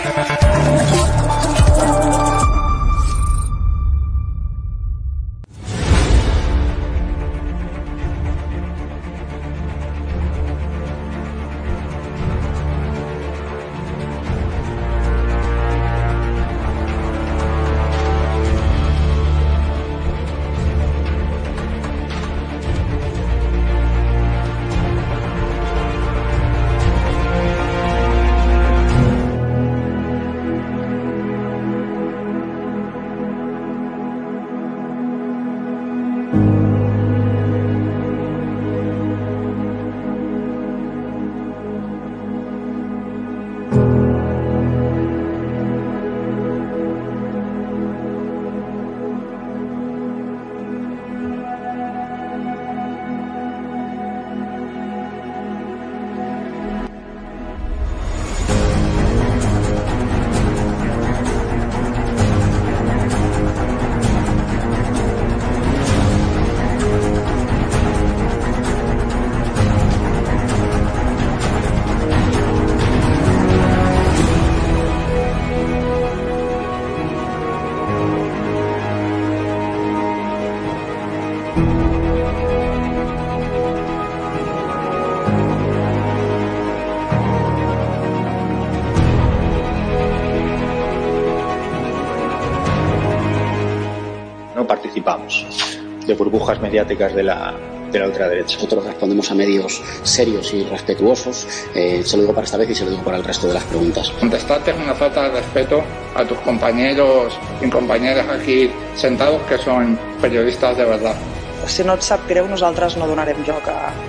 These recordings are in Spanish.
No participamos de burbujas mediáticas de la ultraderecha. Nosotros respondemos a medios serios y respetuosos. Se lo digo para esta vez y se lo digo para el resto de las preguntas. Contestarte es una falta de respeto a tus compañeros y compañeras aquí sentados que son periodistas de verdad. Si no et sap greu, nosaltres no donarem joc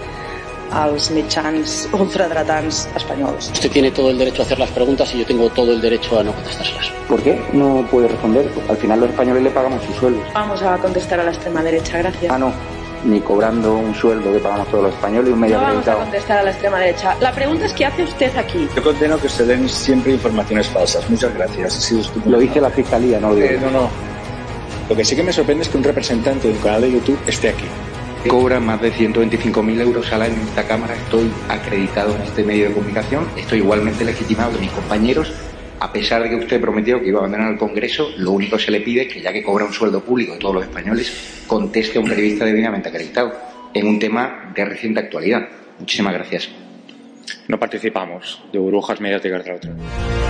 als mitjans ultradretans espanyols. Usted tiene todo el derecho a hacer las preguntas y yo tengo todo el derecho a no contestárselas. ¿Por qué no puede responder? Al final los españoles le pagamos sus sueldos. Vamos a contestar a la extrema derecha, gracias. Ah, no. Ni cobrando un sueldo que pagamos todos los españoles y un medio acreditado. No vamos a contestar a la extrema derecha. La pregunta es ¿qué hace usted aquí? Yo condeno que se den siempre informaciones falsas. Muchas gracias. Ha sido estupendo. Lo dice la Fiscalía, no lo digo. No. Lo que sí que me sorprende es que un representante de un canal de YouTube esté aquí. Cobra más de 125.000 euros al año en esta Cámara. Estoy acreditado en este medio de comunicación. Estoy igualmente legitimado de mis compañeros. A pesar de que usted prometió que iba a abandonar el Congreso, lo único que se le pide es que, ya que cobra un sueldo público de todos los españoles, conteste a un periodista debidamente acreditado en un tema de reciente actualidad. Muchísimas gracias. No participamos de burbujas mediáticas de la ultraderecha.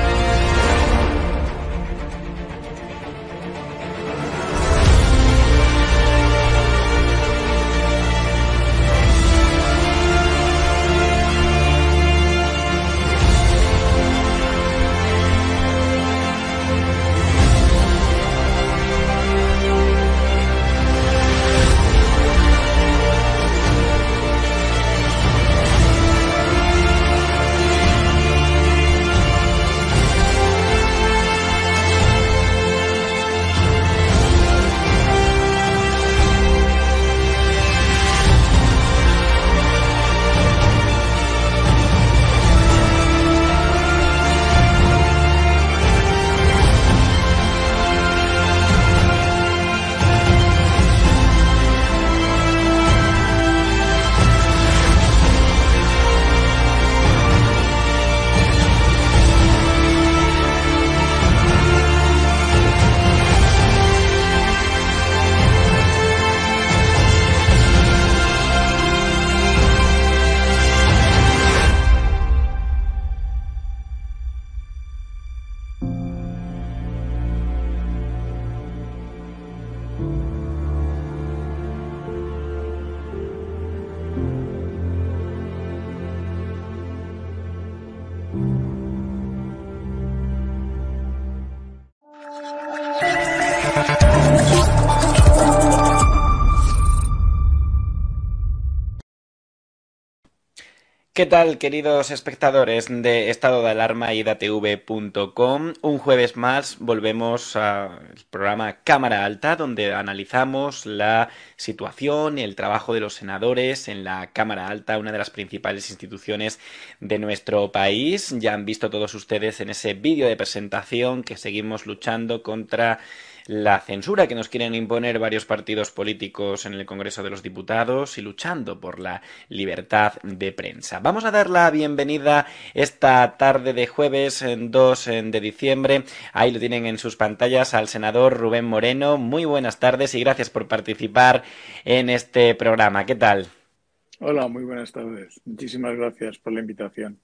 ¿Qué tal, queridos espectadores de Estado de Alarma y datv.com? Un jueves más volvemos al programa Cámara Alta, donde analizamos la situación y el trabajo de los senadores en la Cámara Alta, una de las principales instituciones de nuestro país. Ya han visto todos ustedes en ese vídeo de presentación que seguimos luchando contra la censura que nos quieren imponer varios partidos políticos en el Congreso de los Diputados y luchando por la libertad de prensa. Vamos a dar la bienvenida esta tarde de jueves 2 de diciembre. Ahí lo tienen en sus pantallas al senador Rubén Moreno. Muy buenas tardes y gracias por participar en este programa. ¿Qué tal? Hola, muy buenas tardes. Muchísimas gracias por la invitación.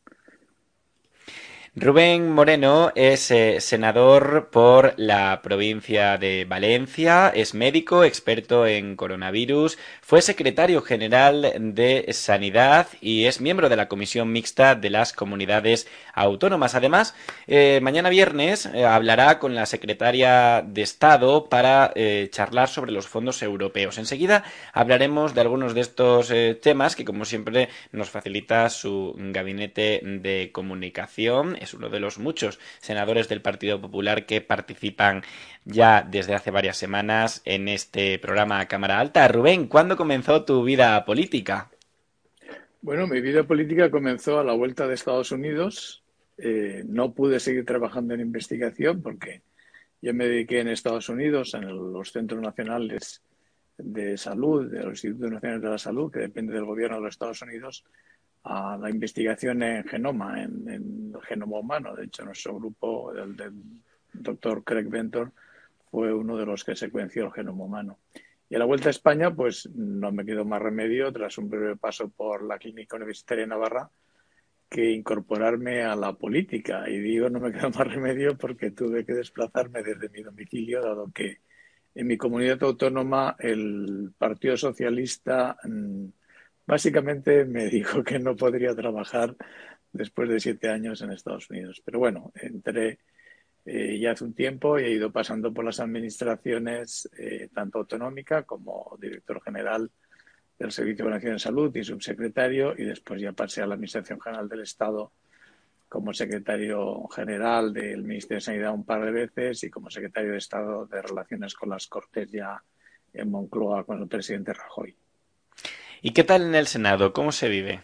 Rubén Moreno es senador por la provincia de Valencia, es médico, experto en coronavirus, fue secretario general de Sanidad y es miembro de la Comisión Mixta de las Comunidades Autónomas. Además, mañana viernes hablará con la secretaria de Estado para charlar sobre los fondos europeos. Enseguida hablaremos de algunos de estos temas que, como siempre, nos facilita su gabinete de comunicación. Es uno de los muchos senadores del Partido Popular que participan ya desde hace varias semanas en este programa Cámara Alta. Rubén, ¿cuándo comenzó tu vida política? Bueno, mi vida política comenzó a la vuelta de Estados Unidos. No pude seguir trabajando en investigación porque yo me dediqué en Estados Unidos, en los Centros Nacionales de Salud, de los Institutos Nacionales de la Salud, que depende del gobierno de los Estados Unidos, a la investigación en genoma, en el genoma humano. De hecho, nuestro grupo, el del doctor Craig Ventor, fue uno de los que secuenció el genoma humano. Y a la vuelta a España, pues no me quedó más remedio, tras un breve paso por la Clínica Universitaria de Navarra, que incorporarme a la política. Y digo, no me quedó más remedio porque tuve que desplazarme desde mi domicilio, dado que en mi comunidad autónoma el Partido Socialista básicamente me dijo que no podría trabajar después de 7 años en Estados Unidos. Pero bueno, entré ya hace un tiempo y he ido pasando por las administraciones, tanto autonómica como director general del Servicio Nacional de Salud y subsecretario, y después ya pasé a la Administración General del Estado como secretario general del Ministerio de Sanidad un par de veces y como secretario de Estado de Relaciones con las Cortes ya en Moncloa con el presidente Rajoy. ¿Y qué tal en el Senado? ¿Cómo se vive?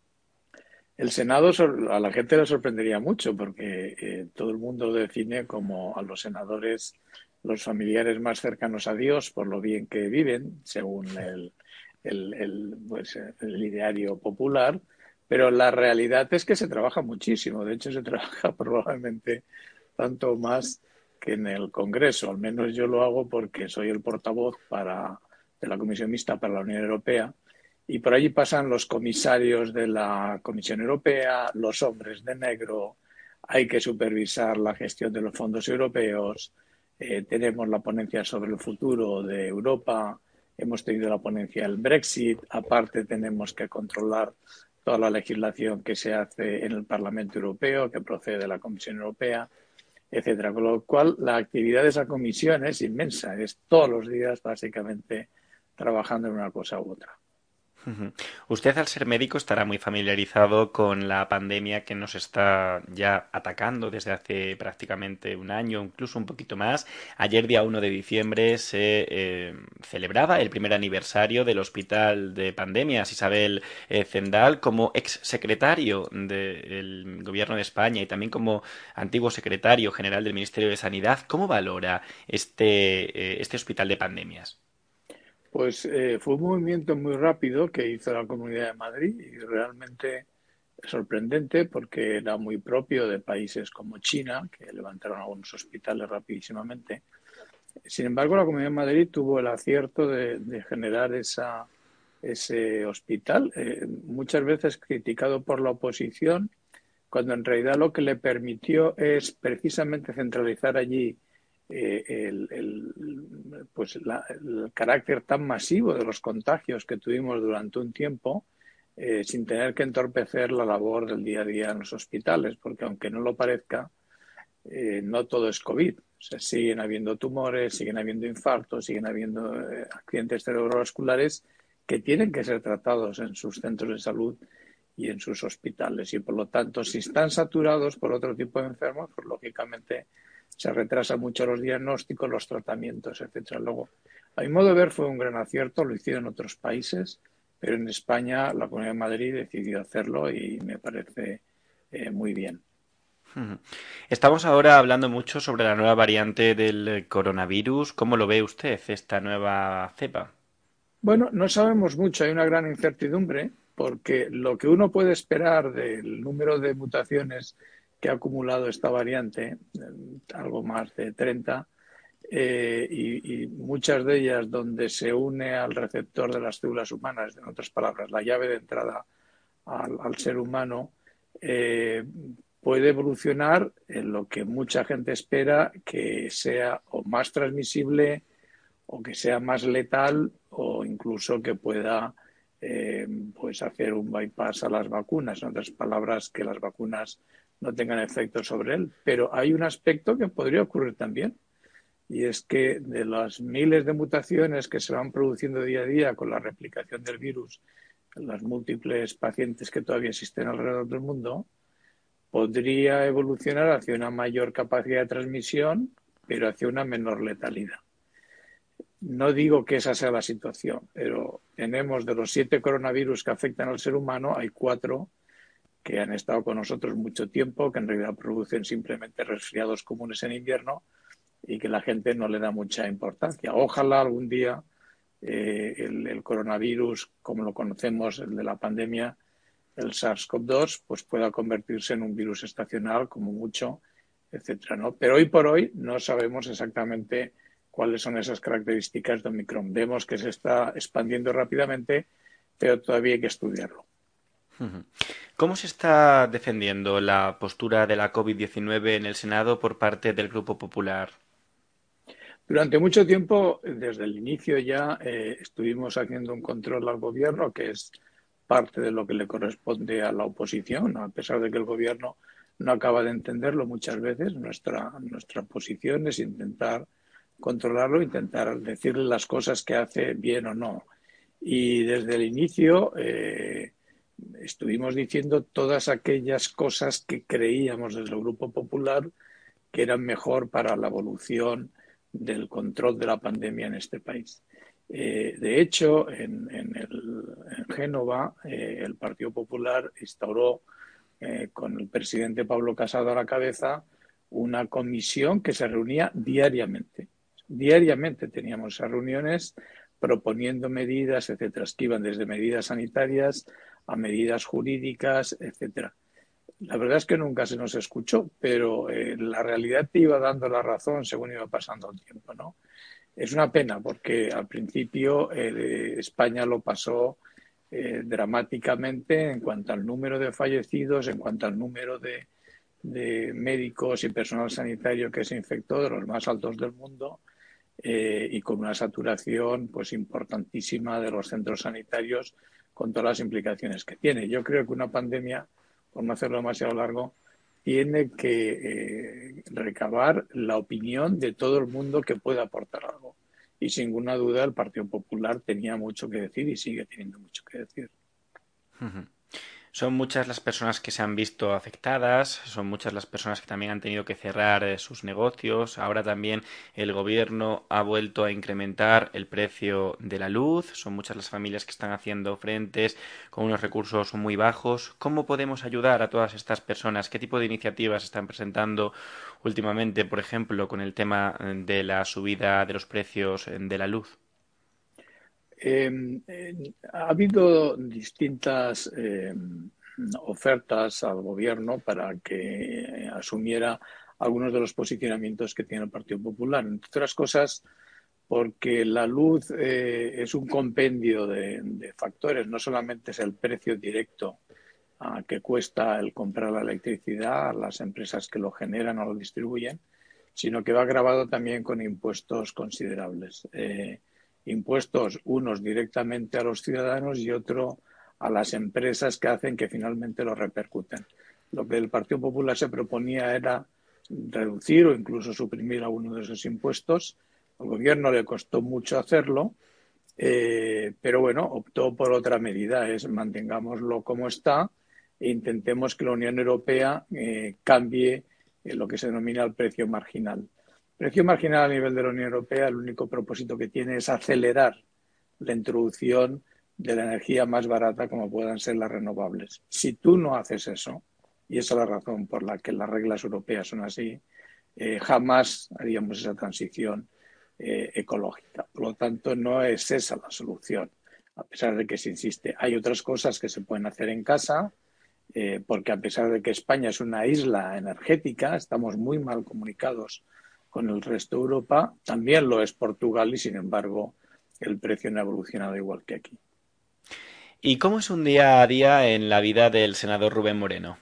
El Senado a la gente le sorprendería mucho porque todo el mundo lo define como a los senadores los familiares más cercanos a Dios por lo bien que viven, según el ideario popular, pero la realidad es que se trabaja muchísimo. De hecho, se trabaja probablemente tanto más que en el Congreso. Al menos yo lo hago porque soy el portavoz de la Comisión Mixta para la Unión Europea. Y por allí pasan los comisarios de la Comisión Europea, los hombres de negro, hay que supervisar la gestión de los fondos europeos, tenemos la ponencia sobre el futuro de Europa, hemos tenido la ponencia del Brexit, aparte tenemos que controlar toda la legislación que se hace en el Parlamento Europeo, que procede de la Comisión Europea, etcétera. Con lo cual, la actividad de esa comisión es inmensa, es todos los días básicamente trabajando en una cosa u otra. Usted, al ser médico, estará muy familiarizado con la pandemia que nos está ya atacando desde hace prácticamente un año, incluso un poquito más. Ayer, día 1 de diciembre, se celebraba el primer aniversario del Hospital de Pandemias. Isabel Zendal, como exsecretario del Gobierno de España y también como antiguo secretario general del Ministerio de Sanidad, ¿cómo valora este Hospital de Pandemias? Pues fue un movimiento muy rápido que hizo la Comunidad de Madrid y realmente sorprendente porque era muy propio de países como China, que levantaron algunos hospitales rapidísimamente. Sin embargo, la Comunidad de Madrid tuvo el acierto de generar ese hospital, muchas veces criticado por la oposición, cuando en realidad lo que le permitió es precisamente centralizar allí el carácter tan masivo de los contagios que tuvimos durante un tiempo, sin tener que entorpecer la labor del día a día en los hospitales, porque aunque no lo parezca, no todo es COVID. O sea, siguen habiendo tumores, siguen habiendo infartos, siguen habiendo accidentes cerebrovasculares que tienen que ser tratados en sus centros de salud y en sus hospitales. Y por lo tanto, si están saturados por otro tipo de enfermos, pues lógicamente se retrasan mucho los diagnósticos, los tratamientos, etcétera. Luego, a mi modo de ver, fue un gran acierto, lo hicieron otros países, pero en España la Comunidad de Madrid decidió hacerlo y me parece muy bien. Ujú. Estamos ahora hablando mucho sobre la nueva variante del coronavirus. ¿Cómo lo ve usted, esta nueva cepa? Bueno, no sabemos mucho, hay una gran incertidumbre, porque lo que uno puede esperar del número de mutaciones que ha acumulado esta variante, algo más de 30, y muchas de ellas donde se une al receptor de las células humanas, en otras palabras, la llave de entrada al ser humano, eh, puede evolucionar en lo que mucha gente espera que sea o más transmisible o que sea más letal o incluso que pueda pues hacer un bypass a las vacunas, en otras palabras, que las vacunas no tengan efecto sobre él. Pero hay un aspecto que podría ocurrir también, y es que de las miles de mutaciones que se van produciendo día a día con la replicación del virus en los múltiples pacientes que todavía existen alrededor del mundo, podría evolucionar hacia una mayor capacidad de transmisión, pero hacia una menor letalidad. No digo que esa sea la situación, pero tenemos de los 7 coronavirus que afectan al ser humano, hay 4 que han estado con nosotros mucho tiempo, que en realidad producen simplemente resfriados comunes en invierno y que la gente no le da mucha importancia. Ojalá algún día el coronavirus, como lo conocemos, el de la pandemia, el SARS-CoV-2, pues pueda convertirse en un virus estacional como mucho, etcétera, ¿no? Pero hoy por hoy no sabemos exactamente cuáles son esas características de Omicron. Vemos que se está expandiendo rápidamente, pero todavía hay que estudiarlo. ¿Cómo se está defendiendo la postura de la COVID-19 en el Senado por parte del Grupo Popular? Durante mucho tiempo, desde el inicio ya, estuvimos haciendo un control al gobierno, que es parte de lo que le corresponde a la oposición, ¿no? A pesar de que el gobierno no acaba de entenderlo muchas veces. Nuestra posición es intentar controlarlo, intentar decirle las cosas que hace bien o no. Y desde el inicio estuvimos diciendo todas aquellas cosas que creíamos desde el Grupo Popular que eran mejor para la evolución del control de la pandemia en este país. De hecho, en Génova, el Partido Popular instauró, con el presidente Pablo Casado a la cabeza, una comisión que se reunía diariamente. Diariamente teníamos esas reuniones proponiendo medidas, etcétera, que iban desde medidas sanitarias a medidas jurídicas, etcétera. La verdad es que nunca se nos escuchó, pero la realidad te iba dando la razón según iba pasando el tiempo, ¿no? Es una pena porque al principio España lo pasó dramáticamente en cuanto al número de fallecidos, en cuanto al número de médicos y personal sanitario que se infectó, de los más altos del mundo, y con una saturación pues importantísima de los centros sanitarios con todas las implicaciones que tiene. Yo creo que una pandemia, por no hacerlo demasiado largo, tiene que recabar la opinión de todo el mundo que pueda aportar algo. Y sin ninguna duda el Partido Popular tenía mucho que decir y sigue teniendo mucho que decir. Son muchas las personas que se han visto afectadas, son muchas las personas que también han tenido que cerrar sus negocios. Ahora también el gobierno ha vuelto a incrementar el precio de la luz. Son muchas las familias que están haciendo frentes con unos recursos muy bajos. ¿Cómo podemos ayudar a todas estas personas? ¿Qué tipo de iniciativas están presentando últimamente, por ejemplo, con el tema de la subida de los precios de la luz? Ha habido distintas ofertas al gobierno para que asumiera algunos de los posicionamientos que tiene el Partido Popular. Entre otras cosas, porque la luz es un compendio de factores, no solamente es el precio directo que cuesta el comprar la electricidad a las empresas que lo generan o lo distribuyen, sino que va grabado también con impuestos considerables. Impuestos, unos directamente a los ciudadanos y otro a las empresas que hacen que finalmente lo repercuten. Lo que el Partido Popular se proponía era reducir o incluso suprimir alguno de esos impuestos. Al gobierno le costó mucho hacerlo, pero bueno, optó por otra medida, es mantengámoslo como está e intentemos que la Unión Europea cambie lo que se denomina el precio marginal. Precio marginal a nivel de la Unión Europea, el único propósito que tiene es acelerar la introducción de la energía más barata como puedan ser las renovables. Si tú no haces eso, y esa es la razón por la que las reglas europeas son así, jamás haríamos esa transición ecológica. Por lo tanto, no es esa la solución, a pesar de que se insiste. Hay otras cosas que se pueden hacer en casa, porque a pesar de que España es una isla energética, estamos muy mal comunicados con el resto de Europa, también lo es Portugal y, sin embargo, el precio no ha evolucionado igual que aquí. ¿Y cómo es un día a día en la vida del senador Rubén Moreno?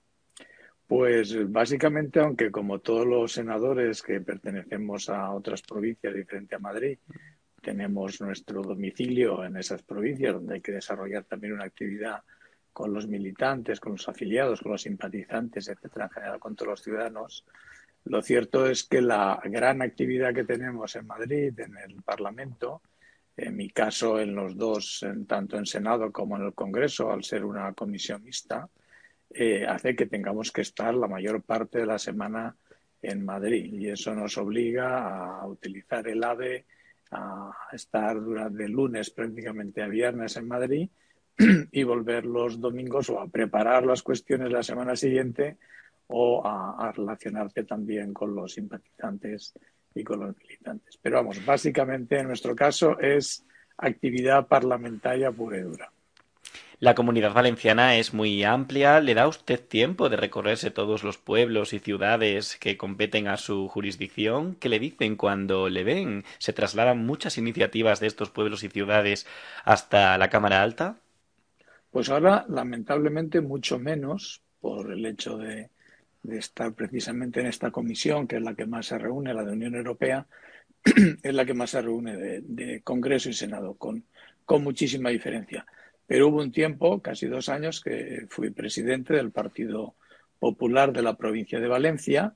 Pues básicamente, aunque como todos los senadores que pertenecemos a otras provincias diferentes a Madrid, tenemos nuestro domicilio en esas provincias donde hay que desarrollar también una actividad con los militantes, con los afiliados, con los simpatizantes, etcétera, en general con todos los ciudadanos. Lo cierto es que la gran actividad que tenemos en Madrid, en el Parlamento, en mi caso en los dos, tanto en Senado como en el Congreso, al ser una comisión mixta, hace que tengamos que estar la mayor parte de la semana en Madrid y eso nos obliga a utilizar el AVE, a estar durante lunes prácticamente a viernes en Madrid y volver los domingos o a preparar las cuestiones la semana siguiente o a relacionarte también con los simpatizantes y con los militantes. Pero vamos, básicamente en nuestro caso es actividad parlamentaria pura y dura. La Comunidad Valenciana es muy amplia. ¿Le da a usted tiempo de recorrerse todos los pueblos y ciudades que competen a su jurisdicción? ¿Qué le dicen cuando le ven? ¿Se trasladan muchas iniciativas de estos pueblos y ciudades hasta la Cámara Alta? Pues ahora, lamentablemente, mucho menos por el hecho de estar precisamente en esta comisión, que es la que más se reúne, la de Unión Europea, es la que más se reúne de Congreso y Senado, con muchísima diferencia. Pero hubo un tiempo, casi 2 años, que fui presidente del Partido Popular de la provincia de Valencia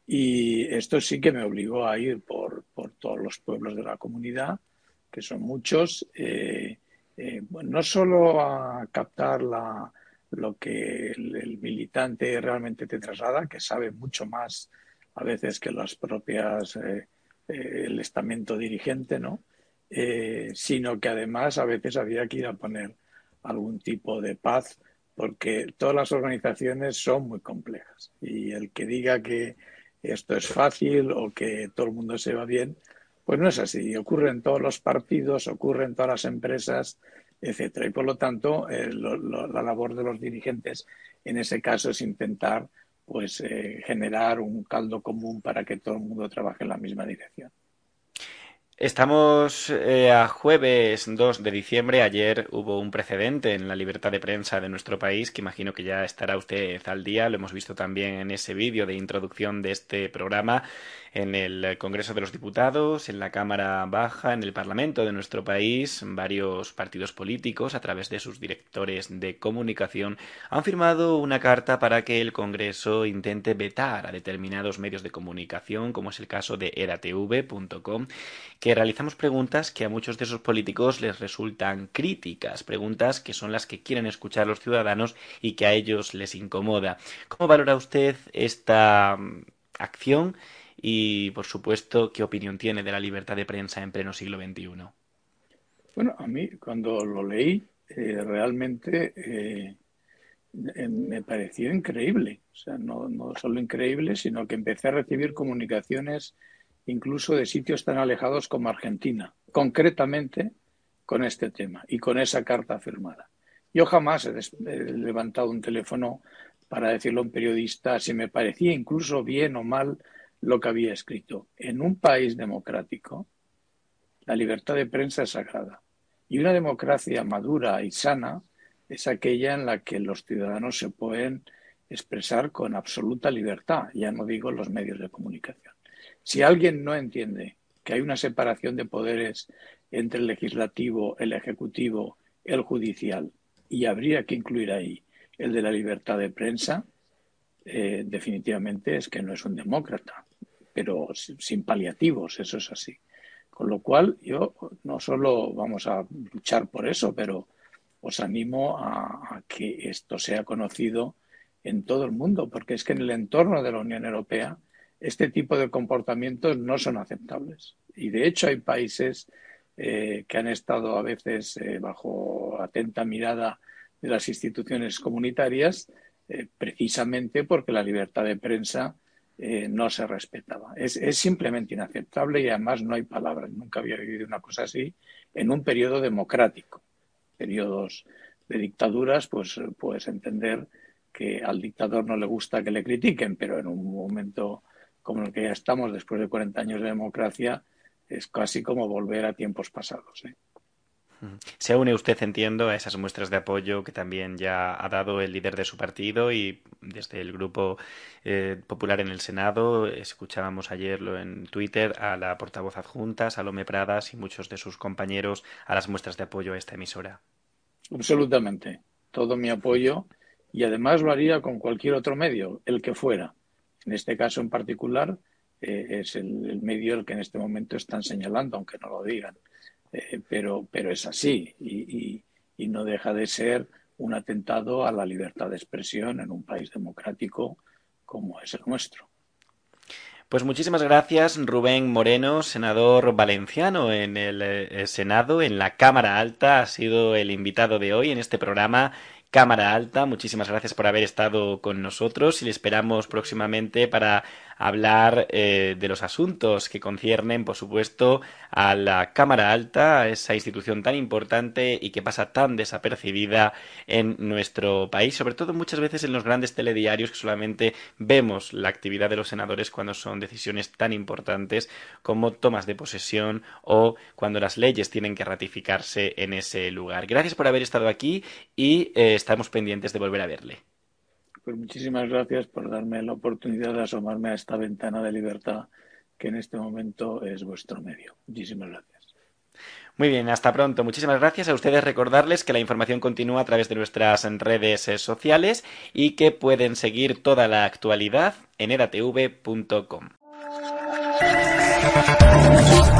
y esto sí que me obligó a ir por todos los pueblos de la comunidad, que son muchos, bueno, no solo a captar lo que el militante realmente te traslada, que sabe mucho más a veces que las propias el estamento dirigente, ¿no? Sino que además a veces había que ir a poner algún tipo de paz porque todas las organizaciones son muy complejas y el que diga que esto es fácil o que todo el mundo se va bien, pues no es así. Ocurre en todos los partidos, ocurre en todas las empresas, etcétera. Y por lo tanto, la labor de los dirigentes en ese caso es intentar pues generar un caldo común para que todo el mundo trabaje en la misma dirección. Estamos a jueves 2 de diciembre. Ayer hubo un precedente en la libertad de prensa de nuestro país que imagino que ya estará usted al día. Lo hemos visto también en ese vídeo de introducción de este programa en el Congreso de los Diputados, en la Cámara Baja, en el Parlamento de nuestro país. Varios partidos políticos, a través de sus directores de comunicación, han firmado una carta para que el Congreso intente vetar a determinados medios de comunicación, como es el caso de edatv.com, que realizamos preguntas que a muchos de esos políticos les resultan críticas, preguntas que son las que quieren escuchar los ciudadanos y que a ellos les incomoda. ¿Cómo valora usted esta acción? Y, por supuesto, ¿qué opinión tiene de la libertad de prensa en pleno siglo XXI? Bueno, a mí cuando lo leí realmente me pareció increíble. O sea, no solo increíble, sino que empecé a recibir comunicaciones incluso de sitios tan alejados como Argentina, concretamente con este tema y con esa carta firmada. Yo jamás he levantado un teléfono para decirle a un periodista si me parecía incluso bien o mal lo que había escrito. En un país democrático, la libertad de prensa es sagrada. Y una democracia madura y sana es aquella en la que los ciudadanos se pueden expresar con absoluta libertad, ya no digo los medios de comunicación. Si alguien no entiende que hay una separación de poderes entre el legislativo, el ejecutivo, el judicial, y habría que incluir ahí el de la libertad de prensa, definitivamente es que no es un demócrata, pero sin paliativos, eso es así. Con lo cual, yo no solo vamos a luchar por eso, pero os animo a que esto sea conocido en todo el mundo, porque es que en el entorno de la Unión Europea este tipo de comportamientos no son aceptables. Y de hecho hay países que han estado a veces bajo atenta mirada de las instituciones comunitarias precisamente porque la libertad de prensa no se respetaba. Es simplemente inaceptable y además no hay palabras. Nunca había vivido una cosa así en un periodo democrático. Periodos de dictaduras, pues puedes entender que al dictador no le gusta que le critiquen, pero en un momento como el que ya estamos, después de 40 años de democracia, es casi como volver a tiempos pasados. Se une usted, entiendo, a esas muestras de apoyo que también ya ha dado el líder de su partido y desde el Grupo Popular en el Senado. Escuchábamos ayer en Twitter a la portavoz adjunta, Salomé Pradas, y muchos de sus compañeros a las muestras de apoyo a esta emisora. Absolutamente. Todo mi apoyo, y además lo haría con cualquier otro medio, el que fuera. En este caso en particular es el medio el que en este momento están señalando, aunque no lo digan. Pero es así y no deja de ser un atentado a la libertad de expresión en un país democrático como es el nuestro. Pues muchísimas gracias, Rubén Moreno, senador valenciano en el Senado, en la Cámara Alta. Ha sido el invitado de hoy en este programa Cámara Alta. Muchísimas gracias por haber estado con nosotros y le esperamos próximamente para hablar de los asuntos que conciernen, por supuesto, a la Cámara Alta, a esa institución tan importante y que pasa tan desapercibida en nuestro país, sobre todo muchas veces en los grandes telediarios, que solamente vemos la actividad de los senadores cuando son decisiones tan importantes como tomas de posesión o cuando las leyes tienen que ratificarse en ese lugar. Gracias por haber estado aquí y estamos pendientes de volver a verle. Pues muchísimas gracias por darme la oportunidad de asomarme a esta ventana de libertad que en este momento es vuestro medio. Muchísimas gracias. Muy bien, hasta pronto. Muchísimas gracias a ustedes. Recordarles que la información continúa a través de nuestras redes sociales y que pueden seguir toda la actualidad en edatv.com.